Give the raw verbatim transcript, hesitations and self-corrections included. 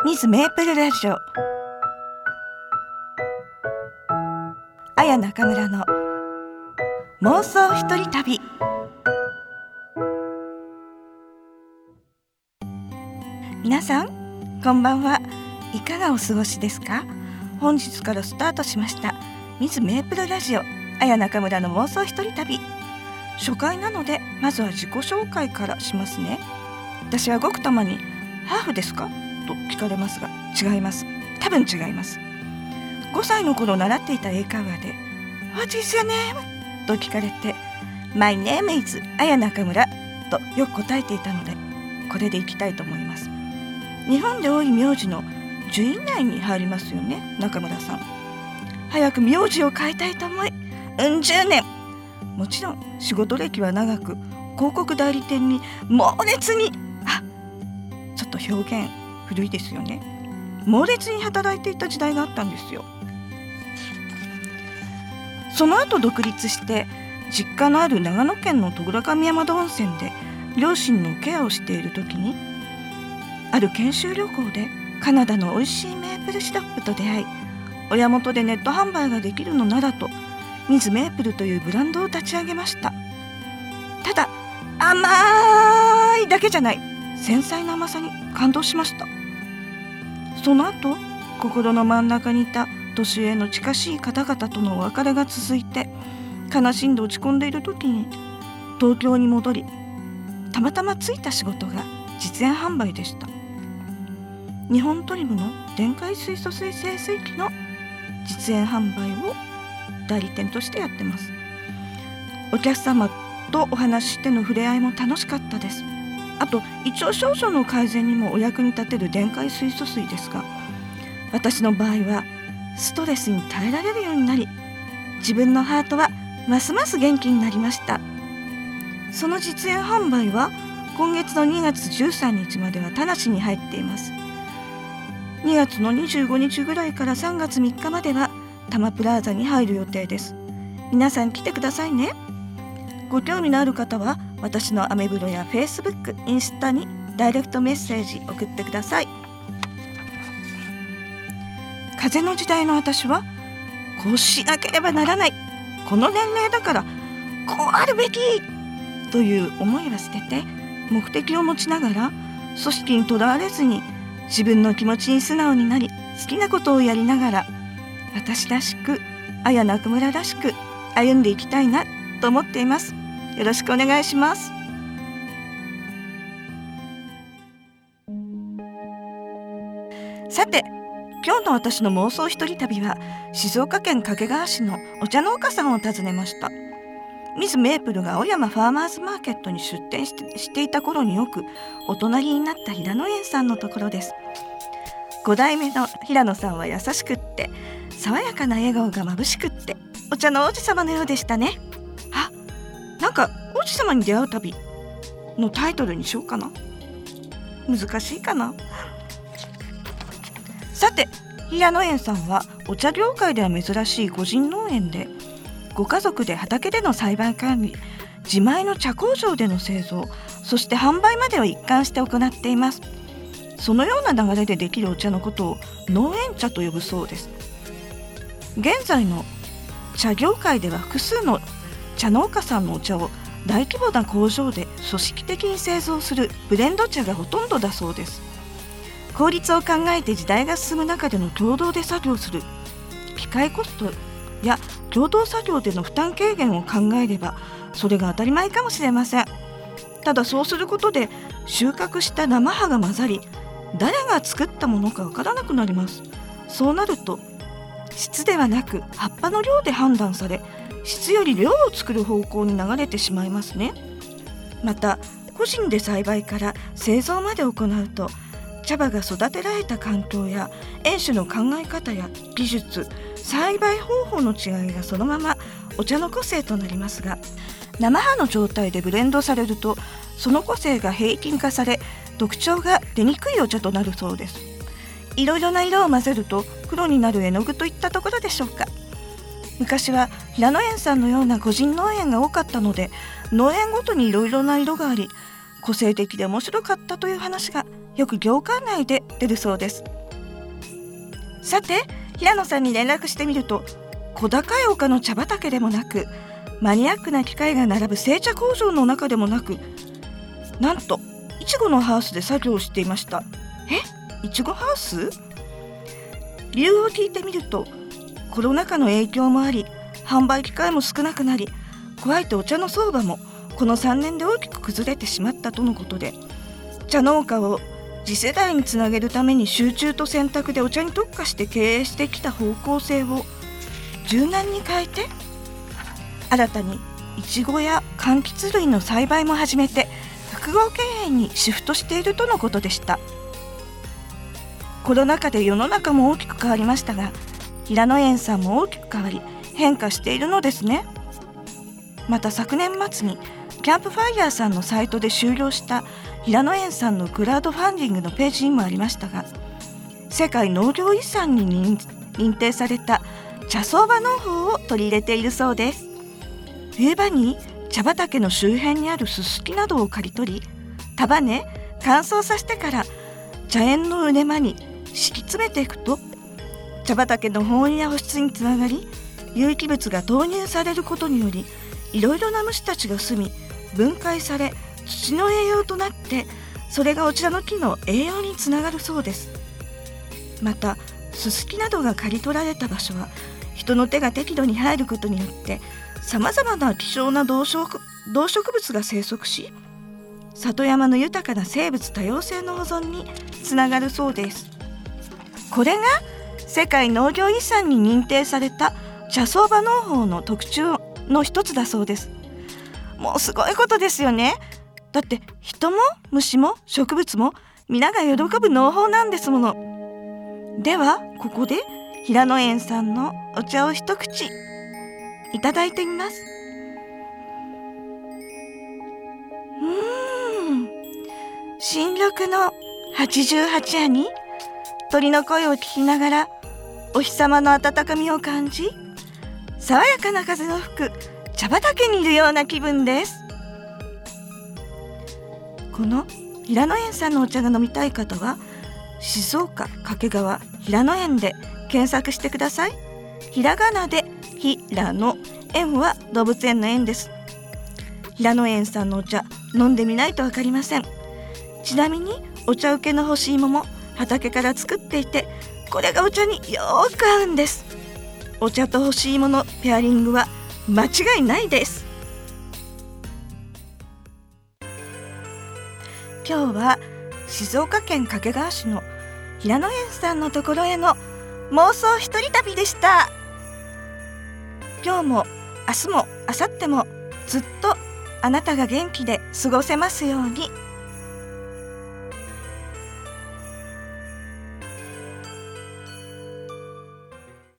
ミズメープルラジオ、綾中村の妄想一人旅。皆さんこんばんは。いかがお過ごしですか？本日からスタートしましたミズメープルラジオ、綾中村の妄想一人旅。初回なのでまずは自己紹介からしますね。私はごくたまにハーフですかと聞かれますが、違います。多分違います。ごさいの頃習っていた英会話で What is your name? と聞かれて My name is 綾中村とよく答えていたので、これでいきたいと思います。日本で多い名字のじゅうい以内に入りますよね、中村さん。早く名字を変えたいと思い、うん十年。もちろん仕事歴は長く、広告代理店に猛烈にあちょっと表現古いですよね。猛烈に働いていた時代があったんですよ。その後独立して実家のある長野県の戸倉上山田温泉で両親のケアをしている時に、ある研修旅行でカナダの美味しいメープルシロップと出会い、親元でネット販売ができるのならとミズメープルというブランドを立ち上げました。ただ甘いだけじゃない繊細な甘さに感動しました。その後心の真ん中にいた年上の近しい方々とのお別れが続いて、悲しんで落ち込んでいる時に東京に戻り、たまたまついた仕事が実演販売でした。日本トリムの電解水素水清水機の実演販売を代理店としてやってます。お客様とお話ししての触れ合いも楽しかったです。あと胃腸症状の改善にもお役に立てる電解水素水ですが、私の場合はストレスに耐えられるようになり、自分のハートはますます元気になりました。その実演販売は今月のにがつじゅうさんにちまでは田無に入っています。にがつのにじゅうごにちぐらいからさんがつみっかまでは多摩プラザに入る予定です。皆さん来てくださいね。ご興味のある方は私のアメブロやフェイスブック、インスタにダイレクトメッセージ送ってください。風の時代の私はこうしなければならない、この年齢だからこうあるべきという思いは捨てて、目的を持ちながら組織にとらわれずに自分の気持ちに素直になり、好きなことをやりながら私らしく、綾中村らしく歩んでいきたいなと思っています。よろしくお願いします。さて、今日の私の妄想一人旅は静岡県掛川市のお茶農家さんを訪ねました。ミズメープルが青山ファーマーズマーケットに出店して、していた頃によくお隣になった平野園さんのところです。ご代目の平野さんは優しくって爽やかな笑顔が眩しくって、お茶の王子様のようでしたね。あ、なんか王子様に出会う旅のタイトルにしようかな。難しいかな。さて、平野園さんはお茶業界では珍しい個人農園で、ご家族で畑での栽培管理、自前の茶工場での製造、そして販売までを一貫して行っています。そのような流れでできるお茶のことを農園茶と呼ぶそうです。現在の茶業界では複数の茶農家さんのお茶を大規模な工場で組織的に製造するブレンド茶がほとんどだそうです。効率を考えて時代が進む中での共同で作業する、機械コストや共同作業での負担軽減を考えればそれが当たり前かもしれません。ただそうすることで収穫した生葉が混ざり、誰が作ったものかわからなくなります。そうなると質ではなく葉っぱの量で判断され、質より量を作る方向に流れてしまいますね。また個人で栽培から製造まで行うと、茶葉が育てられた環境や園主の考え方や技術、栽培方法の違いがそのままお茶の個性となりますが、生葉の状態でブレンドされるとその個性が平均化され、特徴が出にくいお茶となるそうです。いろいろな色を混ぜると黒になる絵の具といったところでしょうか。昔は平野園さんのような個人農園が多かったので、農園ごとにいろいろな色があり個性的で面白かったという話がよく業界内で出るそうです。 さて平野さんに連絡してみると、小高い丘の茶畑でもなく、マニアックな機械が並ぶ製茶工場の中でもなく、なんとイチゴのハウスで作業をしていました。え、イチゴハウス？理由を聞いてみると、コロナ禍の影響もあり、販売機会も少なくなり、加えてお茶の相場もこのさんねんで大きく崩れてしまったとのことで、茶農家を次世代につなげるために集中と選択でお茶に特化して経営してきた方向性を柔軟に変えて、新たにイチゴや柑橘類の栽培も始めて複合経営にシフトしているとのことでした。コロナ禍で世の中も大きく変わりましたが、平野園さんも大きく変わり変化しているのですね。また昨年末にキャンプファイヤーさんのサイトで終了した平野園さんのクラウドファンディングのページにもありましたが、世界農業遺産に認定された茶相場農法を取り入れているそうです。冬場に茶畑の周辺にあるススキなどを刈り取り、束ね乾燥させてから茶園の畝間に敷き詰めていくと、茶畑の保温や保湿につながり、有機物が投入されることにより、いろいろな虫たちが住み分解され、土の栄養となって、それがお茶の木の栄養につながるそうです。またススキなどが刈り取られた場所は人の手が適度に入ることによってさまざまな希少な動植、動植物が生息し、里山の豊かな生物多様性の保存につながるそうです。これが世界農業遺産に認定された茶相場農法の特徴の一つだそうです。もうすごいことですよね。だって人も虫も植物も皆が喜ぶ農法なんですもの。ではここで平野園さんのお茶を一口いただいてみます。うーん、新緑のはちじゅうはち夜に鳥の声を聞きながらお日様の温かみを感じ、爽やかな風の吹く茶畑にいるような気分です。この平野園さんのお茶が飲みたい方は、静岡掛川平野園で検索してください。ひらがなで平野、園は動物園の園です。平野園さんのお茶、飲んでみないとわかりません。ちなみにお茶受けの干し芋も畑から作っていて、これがお茶によく合うんです。お茶と干し芋のペアリングは間違いないです。今日は静岡県掛川市の平野園さんのところへの妄想一人旅でした。今日も明日も明後日もずっとあなたが元気で過ごせますように。